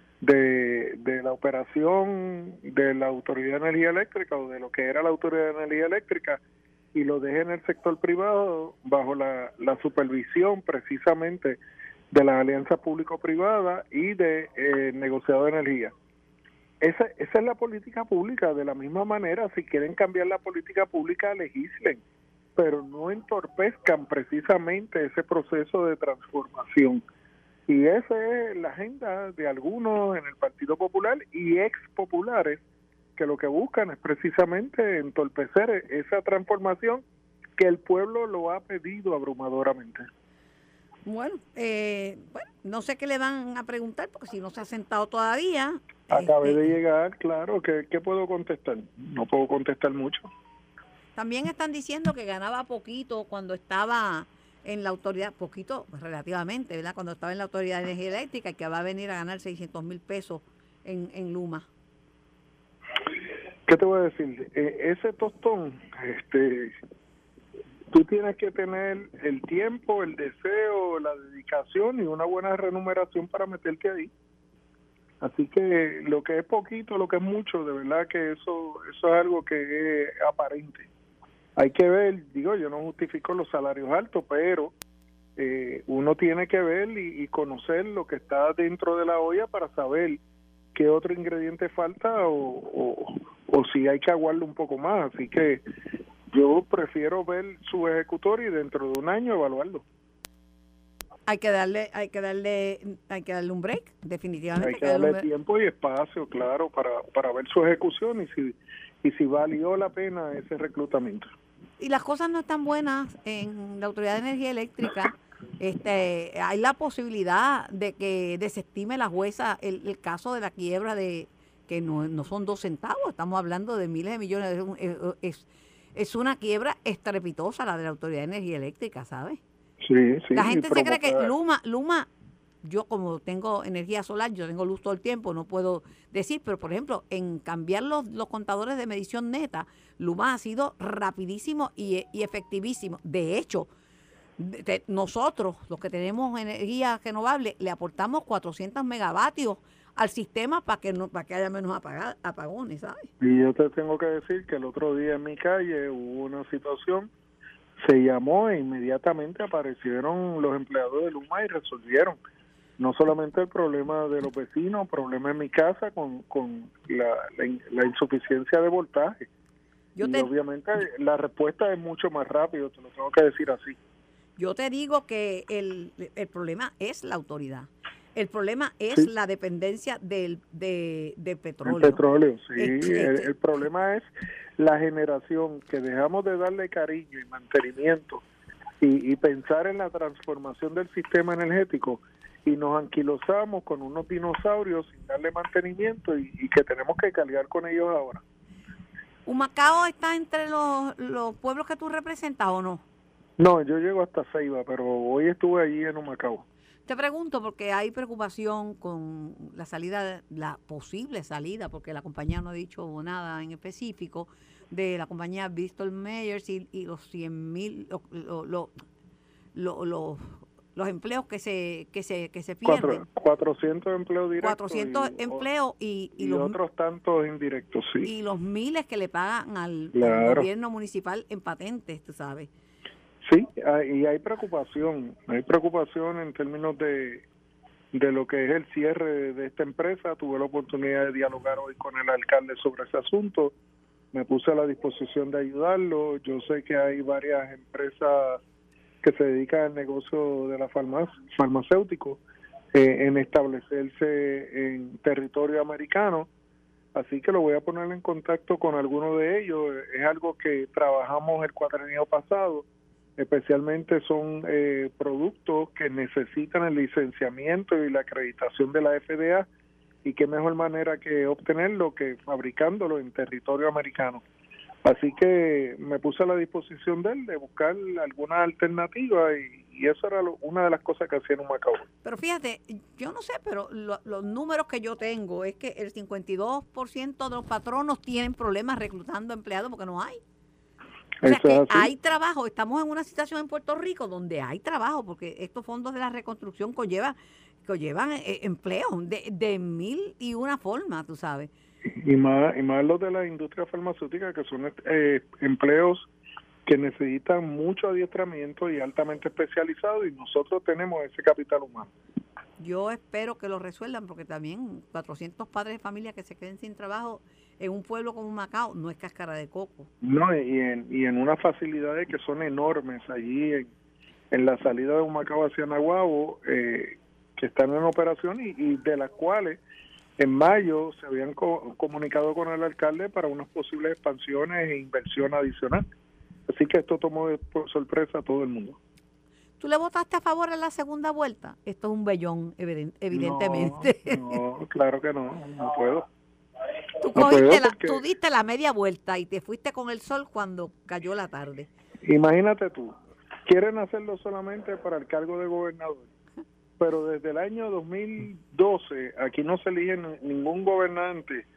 de, de la operación de la Autoridad de Energía Eléctrica o de lo que era la Autoridad de Energía Eléctrica y lo deje en el sector privado bajo la, la supervisión precisamente de la alianza público-privada y de eh, negociado de energía. Esa, esa es la política pública. De la misma manera, si quieren cambiar la política pública, legislen, pero no entorpezcan precisamente ese proceso de transformación. Y esa es la agenda de algunos en el Partido Popular y ex populares que lo que buscan es precisamente entorpecer esa transformación que el pueblo lo ha pedido abrumadoramente. Bueno, eh, bueno, no sé qué le van a preguntar porque si no se ha sentado todavía. Acabé este, de llegar, claro, ¿qué, ¿qué puedo contestar? No puedo contestar mucho. También están diciendo que ganaba poquito cuando estaba en la autoridad, poquito relativamente, ¿verdad? Cuando estaba en la Autoridad de Energía Eléctrica y que va a venir a ganar seiscientos mil pesos en, en Luma. ¿qué te voy a decir? Eh, ese tostón, este, tú tienes que tener el tiempo, el deseo, la dedicación y una buena remuneración para meterte ahí. Así que lo que es poquito, lo que es mucho, de verdad que eso, eso es algo que es aparente. Hay que ver, digo, yo no justifico los salarios altos, pero eh, uno tiene que ver y, y conocer lo que está dentro de la olla para saber qué otro ingrediente falta o, o, o si hay que aguarlo un poco más. Así que yo prefiero ver su ejecutor y dentro de un año evaluarlo. Hay que darle, hay que darle, hay que darle un break, definitivamente. Hay que darle tiempo y espacio, claro, para, para ver su ejecución y si, y si valió la pena ese reclutamiento. Y las cosas no están buenas en la Autoridad de Energía Eléctrica. Este, hay la posibilidad de que desestime la jueza el, el caso de la quiebra de que no, no son dos centavos, estamos hablando de miles de millones. Es, es, es una quiebra estrepitosa la de la Autoridad de Energía Eléctrica, ¿sabes? Sí, sí, la gente se cree que Luma, Luma, yo como tengo energía solar, yo tengo luz todo el tiempo, no puedo decir, pero por ejemplo, en cambiar los, los contadores de medición neta, Luma ha sido rapidísimo y, y efectivísimo. De hecho, de, de, nosotros, los que tenemos energía renovable, le aportamos cuatrocientos megavatios al sistema para que no para que haya menos apagad, apagones, ¿sabes? Y yo te tengo que decir que el otro día en mi calle hubo una situación. Se llamó e inmediatamente aparecieron los empleados de Luma y resolvieron no solamente el problema de los vecinos, problema en mi casa con, con la, la, la insuficiencia de voltaje. Yo y te, obviamente la respuesta es mucho más rápido, te lo tengo que decir así. Yo te digo que el, el problema es la autoridad. El problema es sí. la dependencia del de, de petróleo. El petróleo, sí. Este, el, el problema es la generación, que dejamos de darle cariño y mantenimiento y, y pensar en la transformación del sistema energético y nos anquilosamos con unos dinosaurios sin darle mantenimiento y, y que tenemos que cargar con ellos ahora. ¿Humacao está entre los, los pueblos que tú representas o no? No, yo llego hasta Ceiba, pero hoy estuve allí en Humacao. Te pregunto porque hay preocupación con la salida, la posible salida, porque la compañía no ha dicho nada en específico, de la compañía Bristol Myers y, y los cien mil, lo, lo, lo, lo, lo, los empleos que se que se que se pierden. cuatrocientos empleos directos. cuatrocientos y, empleos y, y, y los, otros tantos indirectos, sí. Y los miles que le pagan al, claro. al gobierno municipal en patentes, tú sabes. Sí, y hay preocupación, hay preocupación en términos de, de lo que es el cierre de esta empresa. Tuve la oportunidad de dialogar hoy con el alcalde sobre ese asunto, me puse a la disposición de ayudarlo. Yo sé que hay varias empresas que se dedican al negocio de la farmacia, farmacéutico eh, en establecerse en territorio americano, así que lo voy a poner en contacto con alguno de ellos. Es algo que trabajamos el cuatrenio pasado. Especialmente son eh, productos que necesitan el licenciamiento y la acreditación de la F D A, y qué mejor manera que obtenerlo que fabricándolo en territorio americano. Así que me puse a la disposición de él de buscar alguna alternativa y, y eso era lo, una de las cosas que hacía en Humacao. Pero fíjate, yo no sé, pero lo, los números que yo tengo es que el cincuenta y dos por ciento de los patronos tienen problemas reclutando empleados porque no hay. O sea que hay trabajo, estamos en una situación en Puerto Rico donde hay trabajo, porque estos fondos de la reconstrucción conllevan, conllevan eh, empleo de, de mil y una forma, tú sabes. Y más, y más los de la industria farmacéutica, que son eh, empleos que necesitan mucho adiestramiento y altamente especializado, y nosotros tenemos ese capital humano. Yo espero que lo resuelvan, porque también cuatrocientos padres de familia que se queden sin trabajo en un pueblo como Humacao no es cáscara de coco. No, y en, y en unas facilidades que son enormes allí en, en la salida de Humacao hacia Naguabo, eh, que están en operación y, y de las cuales en mayo se habían co- comunicado con el alcalde para unas posibles expansiones e inversión adicional. Así que esto tomó por sorpresa a todo el mundo. ¿Tú le votaste a favor en la segunda vuelta? Esto es un vellón, evidentemente. No, no, claro que no, no puedo. Tú, no cogiste puedo porque... la, tú diste la media vuelta y te fuiste con el sol cuando cayó la tarde. Imagínate tú, quieren hacerlo solamente para el cargo de gobernador, pero desde el año dos mil doce aquí no se elige ningún gobernante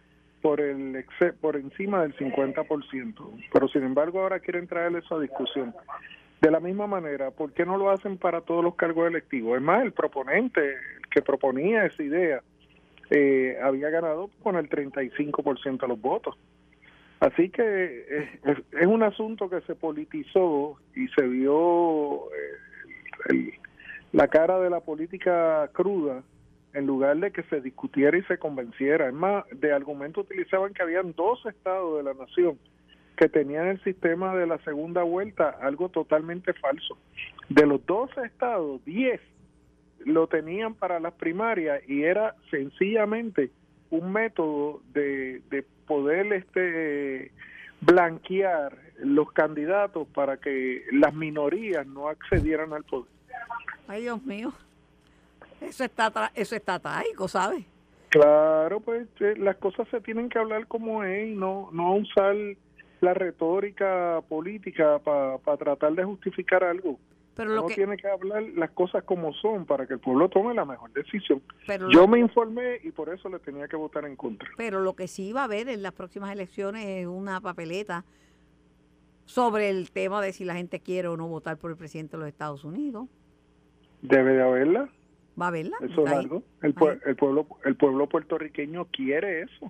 por el exe- por encima del cincuenta por ciento, pero sin embargo ahora quieren traer eso a discusión. De la misma manera, ¿por qué no lo hacen para todos los cargos electivos? Es más, el proponente, el que proponía esa idea, eh, había ganado con el treinta y cinco por ciento de los votos. Así que eh, es, es un asunto que se politizó y se vio eh, el, la cara de la política cruda en lugar de que se discutiera y se convenciera. Es más, de argumento utilizaban que habían dos estados de la nación que tenían el sistema de la segunda vuelta, algo totalmente falso. De los doce estados, diez lo tenían para las primarias y era sencillamente un método de, de poder este blanquear los candidatos para que las minorías no accedieran al poder. Ay, Dios mío. Eso está tra- eso está trágico, ¿sabes? Claro, pues eh, las cosas se tienen que hablar como es y no, no usar la retórica política para pa tratar de justificar algo. Pero lo Uno que, tiene que hablar las cosas como son para que el pueblo tome la mejor decisión. pero Yo lo, me informé y por eso le tenía que votar en contra. pero lo que sí va a haber en las próximas elecciones es una papeleta sobre el tema de si la gente quiere o no votar por el presidente de los Estados Unidos. Debe de haberla. ¿Va a verla? Eso es Ahí. algo. El, pue- el pueblo el pueblo puertorriqueño quiere eso.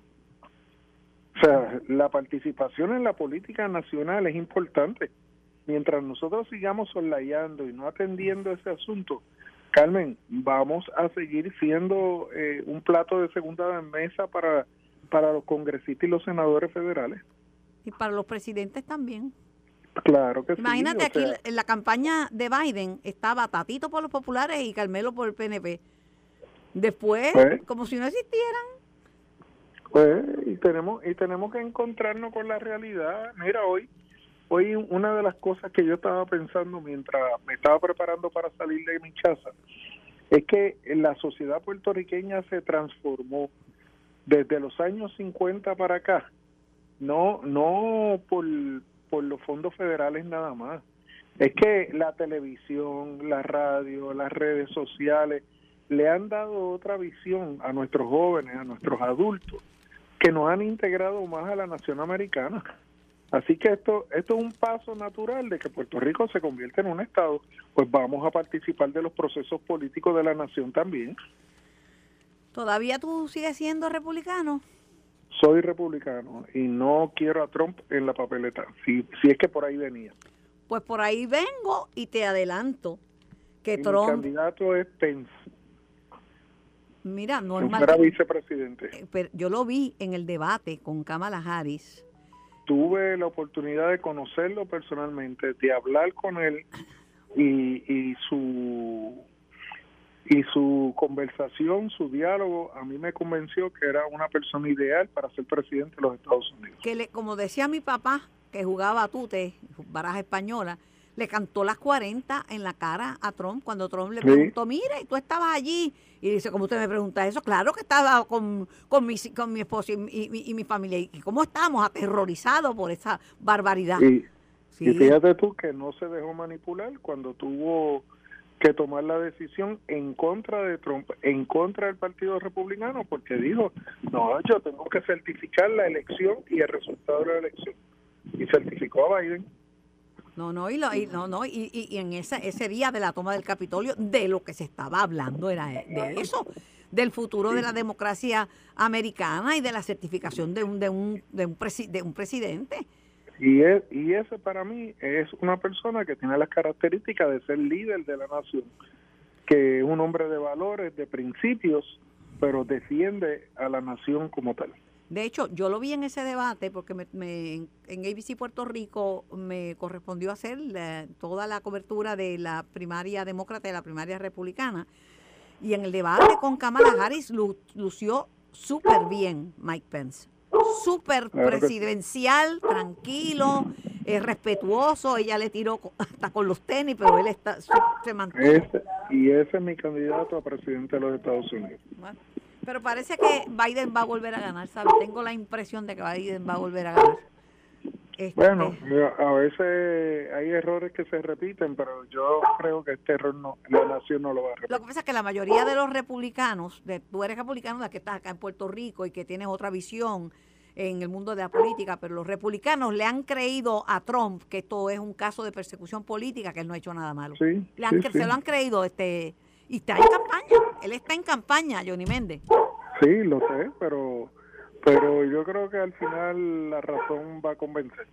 O sea, la participación en la política nacional es importante. Mientras nosotros sigamos soslayando y no atendiendo ese asunto, Carmen, vamos a seguir siendo eh, un plato de segunda mesa para, para los congresistas y los senadores federales. Y para los presidentes también. Claro que Imagínate, sí. aquí o sea, en la campaña de Biden estaba Tatito por los populares y Carmelo por el P N P. Después, Pues. como si no existieran. Pues, y tenemos y tenemos que encontrarnos con la realidad. Mira, hoy hoy una de las cosas que yo estaba pensando mientras me estaba preparando para salir de mi casa es que la sociedad puertorriqueña se transformó desde los años cincuenta para acá, no no por, por los fondos federales nada más. Es que la televisión, la radio, las redes sociales le han dado otra visión a nuestros jóvenes, a nuestros adultos, que nos han integrado más a la nación americana. Así que esto esto es un paso natural de que Puerto Rico se convierta en un estado, pues vamos a participar de los procesos políticos de la nación también. ¿Todavía tú sigues siendo republicano? Soy republicano y no quiero a Trump en la papeleta, si, si es que por ahí venía. Pues por ahí vengo y te adelanto que Y Trump... mi candidato es Pence, Mira, que normal. fuera vicepresidente. eh, pero yo lo vi en el debate con Kamala Harris. Tuve la oportunidad de conocerlo personalmente, de hablar con él y, y su y su conversación, su diálogo, a mí me convenció que era una persona ideal para ser presidente de los Estados Unidos. Que le, como decía mi papá, que jugaba a tute, baraja española, le cantó las cuarenta en la cara a Trump cuando Trump le Sí. preguntó, mira, y tú estabas allí. Y dice, ¿cómo usted me pregunta eso? Claro que estaba con, con, mi, con mi esposo y, y, y mi familia. ¿Y cómo estábamos aterrorizados por esa barbaridad? Y, Sí. y fíjate tú que no se dejó manipular cuando tuvo que tomar la decisión en contra de Trump, en contra del Partido Republicano, porque dijo, no, yo tengo que certificar la elección y el resultado de la elección. Y certificó a Biden. No, no, y, lo, y, no, no, y, y, y en ese, ese día de la toma del Capitolio, de lo que se estaba hablando era de, de eso, del futuro de la democracia americana y de la certificación de un, de un, de un, presi, de un presidente. Y, es, y ese para mí es una persona que tiene las características de ser líder de la nación, que es un hombre de valores, de principios, pero defiende a la nación como tal. De hecho, yo lo vi en ese debate porque me, me, en A B C Puerto Rico me correspondió hacer la, toda la cobertura de la primaria demócrata y la primaria republicana. Y en el debate con Kamala Harris lu, lució súper bien Mike Pence. Súper claro presidencial, que... tranquilo, eh, respetuoso. Ella le tiró hasta con los tenis, pero él está, se mantuvo. Ese, y ese es mi candidato a presidente de los Estados Unidos. Bueno. Pero parece que Biden va a volver a ganar, ¿sabes? Tengo la impresión de que Biden va a volver a ganar. Este... Bueno, a veces hay errores que se repiten, pero yo creo que este error no, la nación no lo va a repetir. Lo que pasa es que la mayoría de los republicanos, de, tú eres republicano, de que estás acá en Puerto Rico y que tienes otra visión, en el mundo de la política, pero los republicanos le han creído a Trump que esto es un caso de persecución política, que él no ha hecho nada malo. Sí, le han, sí, se sí. lo han creído, este y está en campaña. Él está en campaña, Johnny Méndez. Sí, lo sé, pero pero yo creo que al final la razón va a convencer.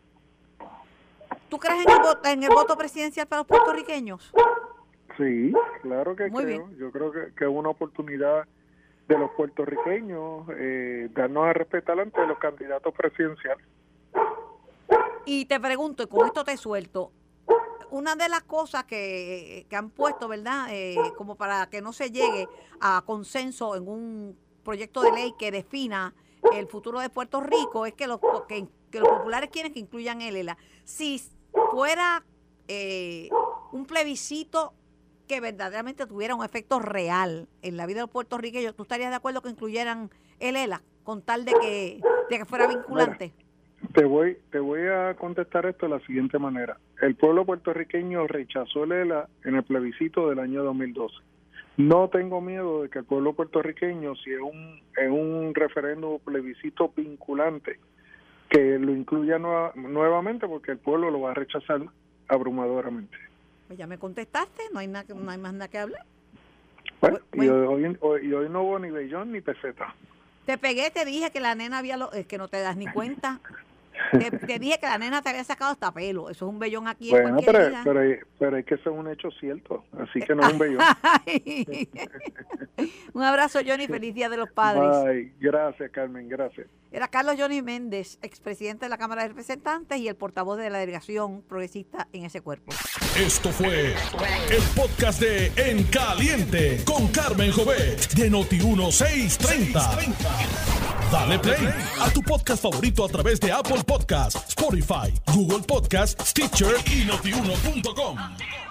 ¿Tú crees en el voto, en el voto presidencial para los puertorriqueños? Sí, claro que Muy creo. bien. Yo creo que, que es una oportunidad de los puertorriqueños eh, darnos a respetar ante los candidatos presidenciales. Y te pregunto, y con esto te suelto, una de las cosas que, que han puesto, ¿verdad? Eh, como para que no se llegue a consenso en un proyecto de ley que defina el futuro de Puerto Rico, es que los, que, que los populares quieren que incluyan el E L A. Si fuera eh, un plebiscito que verdaderamente tuviera un efecto real en la vida de los puertorriqueños, ¿tú estarías de acuerdo que incluyeran el E L A con tal de que, de que fuera vinculante? Mira, te voy te voy a contestar esto de la siguiente manera. El pueblo puertorriqueño rechazó el E L A en el plebiscito del año dos mil doce. No tengo miedo de que el pueblo puertorriqueño, si es un, es un referéndum o plebiscito vinculante, que lo incluya nueva, nuevamente, porque el pueblo lo va a rechazar abrumadoramente. Pues ya me contestaste, no hay nada, no hay más nada que hablar. Bueno, Bueno. y, hoy, hoy, y hoy no hubo ni bellón ni peseta. Te pegué, te dije que la nena había, lo, es que no te das ni cuenta. Te, te dije que la nena te había sacado hasta pelo. Eso es un vellón aquí en Bueno, cualquier pero, vida. pero, pero es que eso es un hecho cierto, así que no es un bellón. Ay. Un abrazo, Johnny, feliz Día de los Padres. Ay, gracias, Carmen, gracias. Era Carlos Johnny Méndez, expresidente de la Cámara de Representantes y el portavoz de la delegación progresista en ese cuerpo. Esto fue el podcast de En Caliente con Carmen Jovet de Noti uno seiscientos treinta. Dale play a tu podcast favorito a través de Apple Podcasts, Spotify, Google Podcasts, Stitcher y notiuno punto com.